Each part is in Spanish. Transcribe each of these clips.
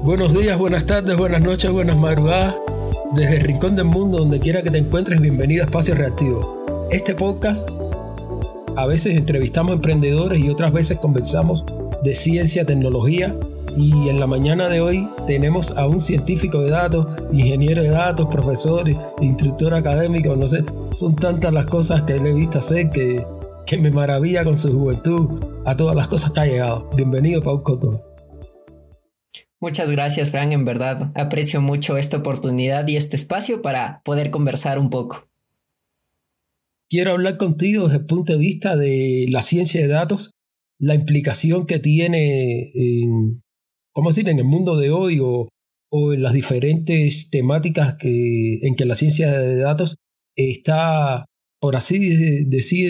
Buenos días, buenas tardes, buenas noches, buenas madrugadas. Desde el rincón del mundo, donde quiera que te encuentres, bienvenido a Espacio Reactivo. Este podcast, a veces entrevistamos a emprendedores y otras veces conversamos de ciencia, tecnología. Y en la mañana de hoy tenemos a un científico de datos, ingeniero de datos, profesor, instructor académico, no sé, son tantas las cosas que le he visto hacer que me maravilla con su juventud a todas las cosas que ha llegado. Bienvenido, Pau Coto. Muchas gracias, Fran, en verdad aprecio mucho esta oportunidad y este espacio para poder conversar un poco. Quiero hablar contigo desde el punto de vista de la ciencia de datos, la implicación que tiene en el mundo de hoy o en las diferentes temáticas en que la ciencia de datos está, por así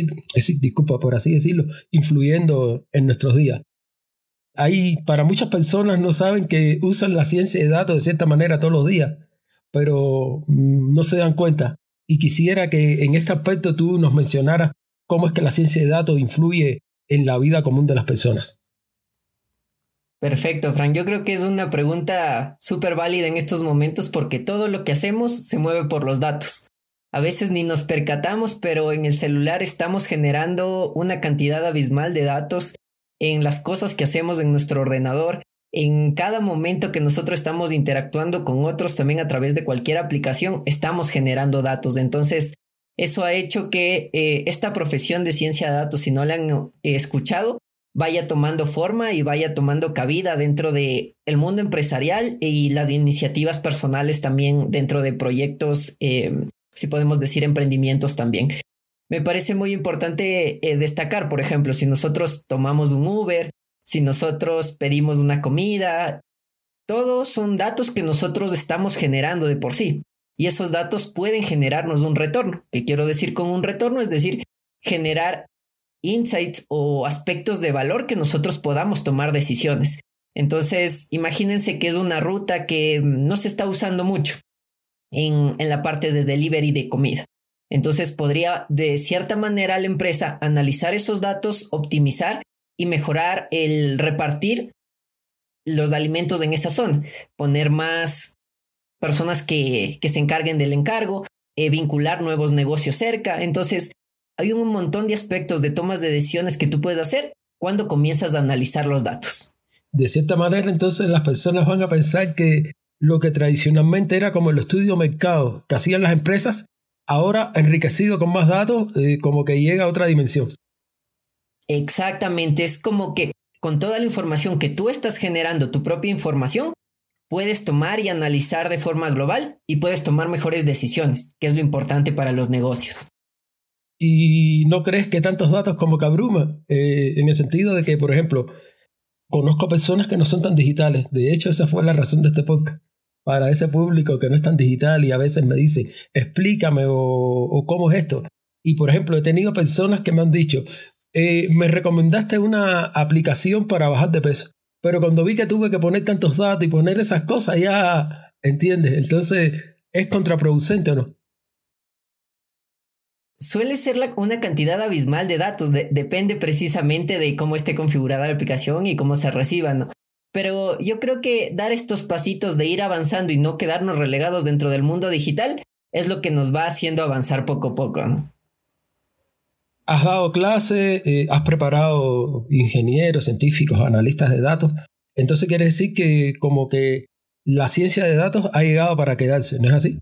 decirlo, influyendo en nuestros días. Para muchas personas no saben que usan la ciencia de datos de cierta manera todos los días, pero no se dan cuenta. Y quisiera que en este aspecto tú nos mencionaras cómo es que la ciencia de datos influye en la vida común de las personas. Perfecto, Fran. Yo creo que es una pregunta súper válida en estos momentos porque todo lo que hacemos se mueve por los datos. A veces ni nos percatamos, pero en el celular estamos generando una cantidad abismal de datos en las cosas que hacemos en nuestro ordenador, en cada momento que nosotros estamos interactuando con otros, también a través de cualquier aplicación, estamos generando datos. Entonces, eso ha hecho que esta profesión de ciencia de datos, si no la han escuchado, vaya tomando forma y vaya tomando cabida dentro del mundo empresarial y las iniciativas personales también dentro de proyectos, si podemos decir emprendimientos también. Me parece muy importante destacar, por ejemplo, si nosotros tomamos un Uber, si nosotros pedimos una comida, todos son datos que nosotros estamos generando de por sí. Y esos datos pueden generarnos un retorno. ¿Qué quiero decir con un retorno? Es decir, generar insights o aspectos de valor que nosotros podamos tomar decisiones. Entonces, imagínense que es una ruta que no se está usando mucho en la parte de delivery de comida. Entonces podría de cierta manera la empresa analizar esos datos, optimizar y mejorar el repartir los alimentos en esa zona, poner más personas que se encarguen del encargo, vincular nuevos negocios cerca. Entonces hay un montón de aspectos de tomas de decisiones que tú puedes hacer cuando comienzas a analizar los datos. De cierta manera, entonces las personas van a pensar que lo que tradicionalmente era como el estudio de mercado que hacían las empresas, ahora enriquecido con más datos, como que llega a otra dimensión. Exactamente, es como que con toda la información que tú estás generando, tu propia información, puedes tomar y analizar de forma global y puedes tomar mejores decisiones, que es lo importante para los negocios. ¿Y no crees que tantos datos como que abruma? En el sentido de que, por ejemplo, conozco personas que no son tan digitales. De hecho, esa fue la razón de este podcast. Para ese público que no es tan digital y a veces me dice, explícame o cómo es esto. Y por ejemplo, he tenido personas que me han dicho, me recomendaste una aplicación para bajar de peso, pero cuando vi que tuve que poner tantos datos y poner esas cosas, ya entiendes. Entonces, ¿es contraproducente o no? Suele ser una cantidad abismal de datos, depende precisamente de cómo esté configurada la aplicación y cómo se reciba, ¿no? Pero yo creo que dar estos pasitos de ir avanzando y no quedarnos relegados dentro del mundo digital es lo que nos va haciendo avanzar poco a poco, ¿no? Has dado clase, has preparado ingenieros, científicos, analistas de datos. Entonces quiere decir que como que la ciencia de datos ha llegado para quedarse, ¿no es así?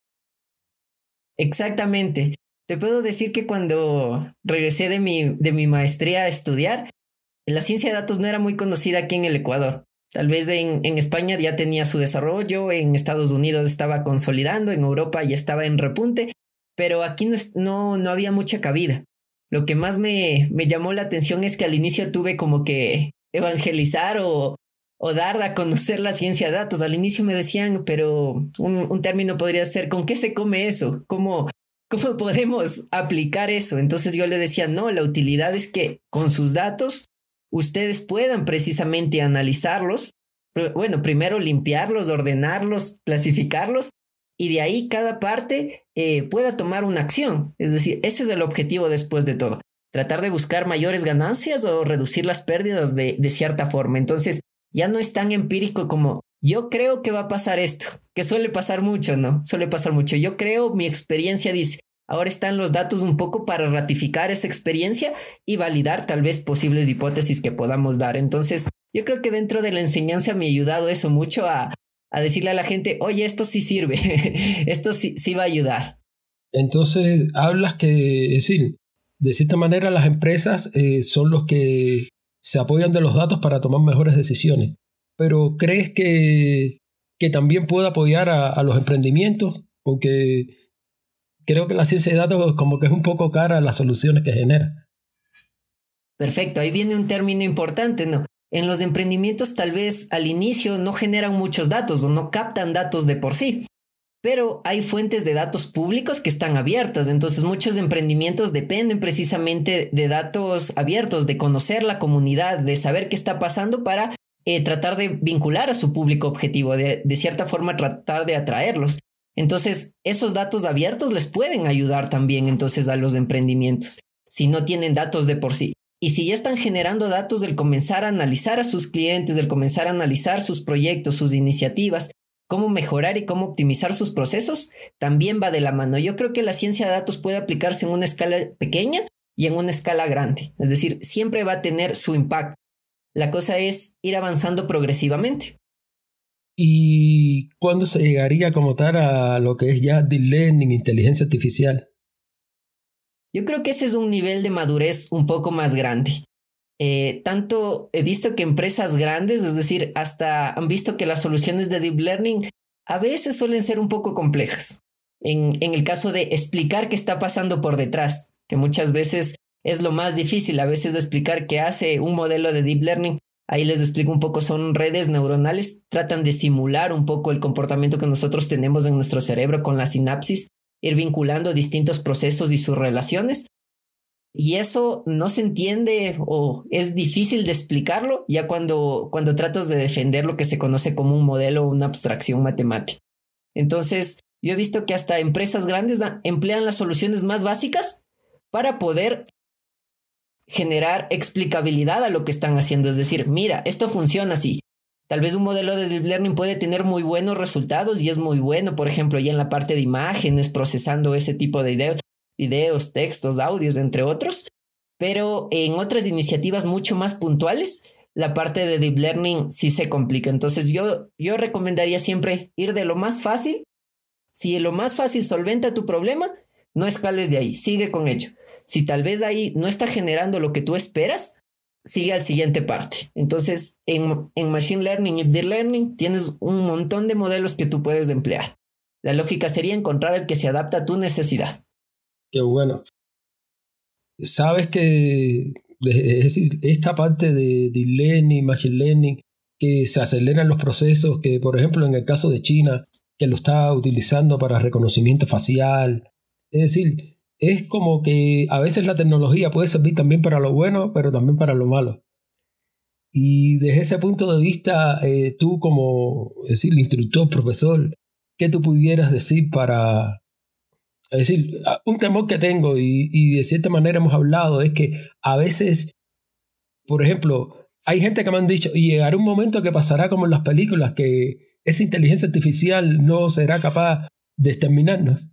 Exactamente. Te puedo decir que cuando regresé de mi maestría a estudiar, la ciencia de datos no era muy conocida aquí en el Ecuador. Tal vez en España ya tenía su desarrollo, en Estados Unidos estaba consolidando, en Europa ya estaba en repunte, pero aquí no había mucha cabida. Lo que más me llamó la atención es que al inicio tuve como que evangelizar o dar a conocer la ciencia de datos. Al inicio me decían, pero un término podría ser, ¿con qué se come eso? ¿Cómo podemos aplicar eso? Entonces yo le decía, no, la utilidad es que con sus datos ustedes puedan precisamente analizarlos, bueno, primero limpiarlos, ordenarlos, clasificarlos y de ahí cada parte pueda tomar una acción. Es decir, ese es el objetivo después de todo. Tratar de buscar mayores ganancias o reducir las pérdidas de cierta forma. Entonces, ya no es tan empírico como Yo creo que va a pasar esto, que suele pasar mucho, ¿no? Suele pasar mucho. Yo creo, mi experiencia dice, ahora están los datos un poco para ratificar esa experiencia y validar tal vez posibles hipótesis que podamos dar. Entonces, yo creo que dentro de la enseñanza me ha ayudado eso mucho a decirle a la gente, oye, esto sí sirve, esto sí va a ayudar. Entonces, hablas que, es decir, de cierta manera las empresas son los que se apoyan de los datos para tomar mejores decisiones. Pero ¿crees que también puede apoyar a los emprendimientos? Porque creo que la ciencia de datos como que es un poco cara a las soluciones que genera. Perfecto, ahí viene un término importante, ¿no? En los emprendimientos tal vez al inicio no generan muchos datos o no captan datos de por sí, pero hay fuentes de datos públicos que están abiertas, entonces muchos emprendimientos dependen precisamente de datos abiertos, de conocer la comunidad, de saber qué está pasando para tratar de vincular a su público objetivo, de cierta forma tratar de atraerlos. Entonces, esos datos abiertos les pueden ayudar también entonces a los emprendimientos, si no tienen datos de por sí. Y si ya están generando datos del comenzar a analizar a sus clientes, del comenzar a analizar sus proyectos, sus iniciativas, cómo mejorar y cómo optimizar sus procesos, también va de la mano. Yo creo que la ciencia de datos puede aplicarse en una escala pequeña y en una escala grande. Es decir, siempre va a tener su impacto. La cosa es ir avanzando progresivamente. ¿Y cuándo se llegaría como tal a lo que es ya deep learning, inteligencia artificial? Yo creo que ese es un nivel de madurez un poco más grande. Tanto he visto que empresas grandes, es decir, hasta han visto que las soluciones de deep learning a veces suelen ser un poco complejas. En el caso de explicar qué está pasando por detrás, que muchas veces es lo más difícil, a veces de explicar qué hace un modelo de deep learning. Ahí les explico un poco, son redes neuronales, tratan de simular un poco el comportamiento que nosotros tenemos en nuestro cerebro con la sinapsis, ir vinculando distintos procesos y sus relaciones. Y eso no se entiende o es difícil de explicarlo ya cuando tratas de defender lo que se conoce como un modelo o una abstracción matemática. Entonces, yo he visto que hasta empresas grandes emplean las soluciones más básicas para poder generar explicabilidad a lo que están haciendo. Es decir, mira, esto funciona así. Tal vez un modelo de deep learning puede tener muy buenos resultados y es muy bueno, por ejemplo, ya en la parte de imágenes, procesando ese tipo de videos, textos, audios, entre otros. Pero en otras iniciativas mucho más puntuales, la parte de deep learning sí se complica. Entonces yo recomendaría siempre ir de lo más fácil. Si lo más fácil solventa tu problema, no escales de ahí, sigue con ello. Si tal vez ahí no está generando lo que tú esperas, sigue al siguiente parte. Entonces, en Machine Learning y Deep Learning tienes un montón de modelos que tú puedes emplear. La lógica sería encontrar el que se adapta a tu necesidad. Qué bueno. Sabes que, es decir, esta parte de Deep Learning, Machine Learning, que se aceleran los procesos, que por ejemplo en el caso de China, que lo está utilizando para reconocimiento facial. Es decir, es como que a veces la tecnología puede servir también para lo bueno, pero también para lo malo. Y desde ese punto de vista, tú como, es decir, instructor, profesor, ¿qué tú pudieras decir para... Es decir, un temor que tengo y de cierta manera hemos hablado es que a veces, por ejemplo, hay gente que me han dicho, y llegará un momento que pasará como en las películas, que esa inteligencia artificial no será capaz de exterminarnos.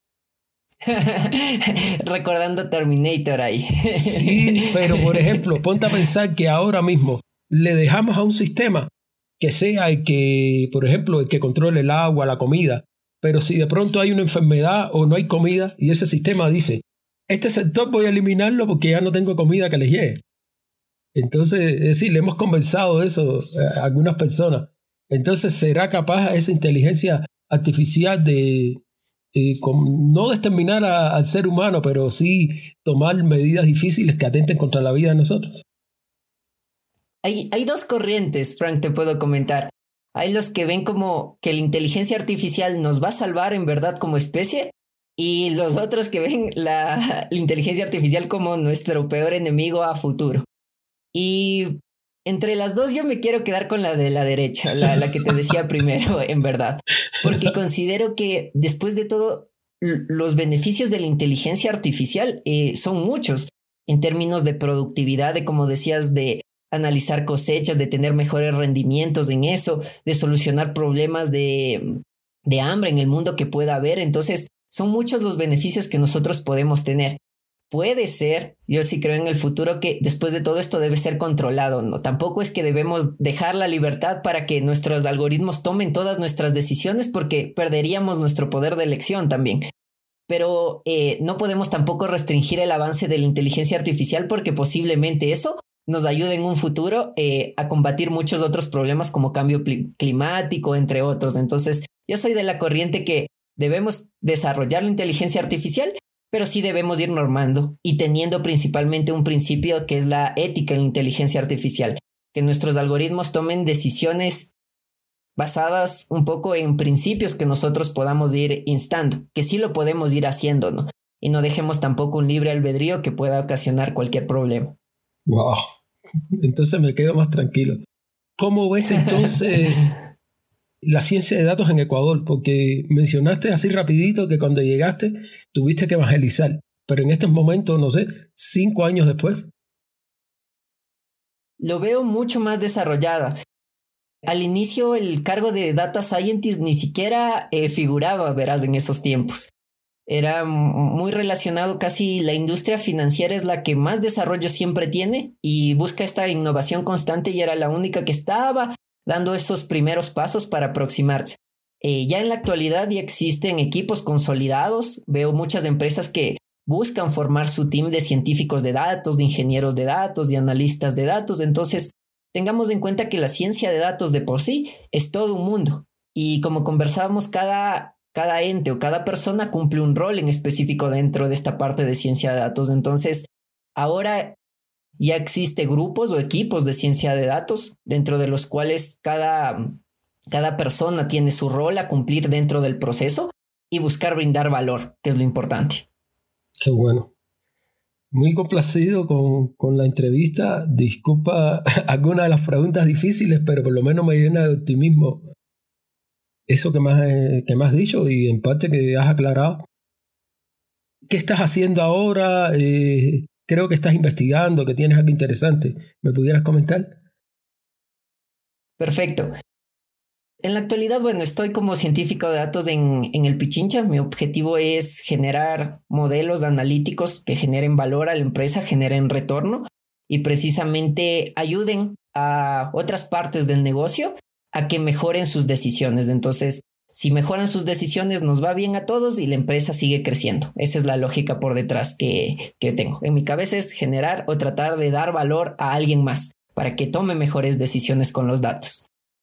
Recordando Terminator ahí. Sí, pero por ejemplo, ponte a pensar que ahora mismo le dejamos a un sistema que sea el que, por ejemplo, el que controle el agua, la comida, pero si de pronto hay una enfermedad o no hay comida y ese sistema dice, este sector voy a eliminarlo porque ya no tengo comida que les llegue. Entonces, es decir, le hemos conversado de eso a algunas personas. Entonces, ¿será capaz esa inteligencia artificial de no de exterminar al ser humano, pero sí tomar medidas difíciles que atenten contra la vida de nosotros? Hay dos corrientes, Frank, te puedo comentar. Hay los que ven como que la inteligencia artificial nos va a salvar en verdad como especie y los otros que ven la inteligencia artificial como nuestro peor enemigo a futuro. Y entre las dos yo me quiero quedar con la de la derecha, la que te decía primero, en verdad. Porque considero que después de todo, los beneficios de la inteligencia artificial son muchos en términos de productividad, de como decías, de analizar cosechas, de tener mejores rendimientos en eso, de solucionar problemas de hambre en el mundo que pueda haber. Entonces, son muchos los beneficios que nosotros podemos tener. Puede ser, yo sí creo en el futuro, que después de todo esto debe ser controlado, ¿no? Tampoco es que debemos dejar la libertad para que nuestros algoritmos tomen todas nuestras decisiones, porque perderíamos nuestro poder de elección también. Pero no podemos tampoco restringir el avance de la inteligencia artificial, porque posiblemente eso nos ayude en un futuro a combatir muchos otros problemas como cambio climático, entre otros. Entonces, yo soy de la corriente que debemos desarrollar la inteligencia artificial, pero sí debemos ir normando y teniendo principalmente un principio que es la ética en la inteligencia artificial, que nuestros algoritmos tomen decisiones basadas un poco en principios que nosotros podamos ir instando, que sí lo podemos ir haciendo, ¿no? Y no dejemos tampoco un libre albedrío que pueda ocasionar cualquier problema. Wow, entonces me quedo más tranquilo. ¿Cómo ves entonces la ciencia de datos en Ecuador? Porque mencionaste así rapidito que cuando llegaste tuviste que evangelizar, pero en estos momentos, no sé, 5 años después. Lo veo mucho más desarrollada. Al inicio el cargo de Data Scientist ni siquiera figuraba, verás, en esos tiempos. Era muy relacionado, casi la industria financiera es la que más desarrollo siempre tiene y busca esta innovación constante, y era la única que estaba dando esos primeros pasos para aproximarse. Ya en la actualidad ya existen equipos consolidados. Veo muchas empresas que buscan formar su team de científicos de datos, de ingenieros de datos, de analistas de datos. Entonces, tengamos en cuenta que la ciencia de datos de por sí es todo un mundo. Y como conversábamos, cada ente o cada persona cumple un rol en específico dentro de esta parte de ciencia de datos. Entonces, ahora ya existe grupos o equipos de ciencia de datos dentro de los cuales cada persona tiene su rol a cumplir dentro del proceso y buscar brindar valor, que es lo importante. Qué bueno. Muy complacido con la entrevista. Disculpa algunas de las preguntas difíciles, pero por lo menos me llena de optimismo eso que me has dicho y en parte que has aclarado. ¿Qué estás haciendo ahora? Creo que estás investigando, que tienes algo interesante. ¿Me pudieras comentar? Perfecto. En la actualidad, bueno, estoy como científico de datos en el Pichincha. Mi objetivo es generar modelos analíticos que generen valor a la empresa, generen retorno y precisamente ayuden a otras partes del negocio a que mejoren sus decisiones. Entonces, si mejoran sus decisiones, nos va bien a todos y la empresa sigue creciendo. Esa es la lógica por detrás que tengo. En mi cabeza es generar o tratar de dar valor a alguien más para que tome mejores decisiones con los datos.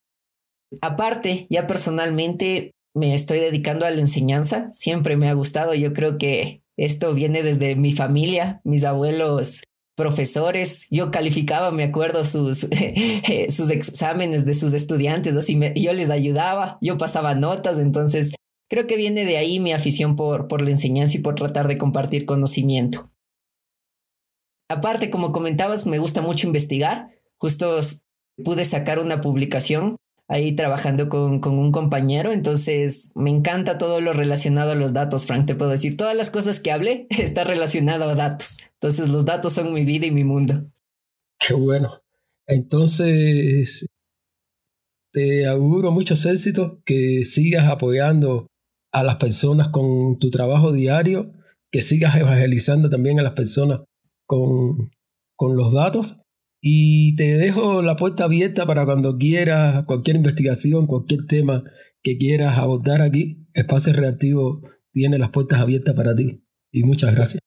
Aparte, ya personalmente me estoy dedicando a la enseñanza. Siempre me ha gustado. Yo creo que esto viene desde mi familia, mis abuelos profesores. Yo calificaba, me acuerdo, sus exámenes de sus estudiantes, así yo les ayudaba, yo pasaba notas. Entonces creo que viene de ahí mi afición por la enseñanza y por tratar de compartir conocimiento. Aparte, como comentabas, me gusta mucho investigar. Justo pude sacar una publicación ahí trabajando con un compañero. Entonces me encanta todo lo relacionado a los datos, Frank. Te puedo decir, todas las cosas que hablé está relacionado a datos. Entonces los datos son mi vida y mi mundo. Qué bueno. Entonces te auguro muchos éxitos, que sigas apoyando a las personas con tu trabajo diario, que sigas evangelizando también a las personas con los datos. Y te dejo la puerta abierta para cuando quieras cualquier investigación, cualquier tema que quieras abordar aquí. Espacio Reactivo tiene las puertas abiertas para ti. Y muchas gracias.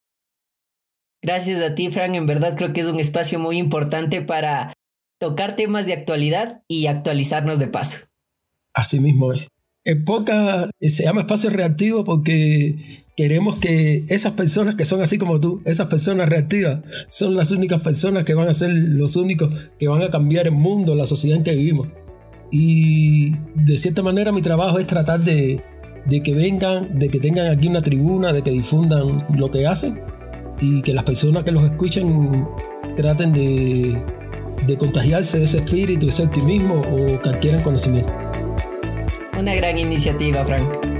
Gracias a ti, Frank. En verdad creo que es un espacio muy importante para tocar temas de actualidad y actualizarnos de paso. Así mismo es. El podcast se llama Espacio Reactivo porque queremos que esas personas que son así como tú, esas personas reactivas, son las únicas personas que van a ser los únicos que van a cambiar el mundo, la sociedad en que vivimos. Y de cierta manera mi trabajo es tratar de que vengan, de que tengan aquí una tribuna, de que difundan lo que hacen y que las personas que los escuchen traten de contagiarse de ese espíritu, ese optimismo o que adquieran conocimiento. Una gran iniciativa, Frank.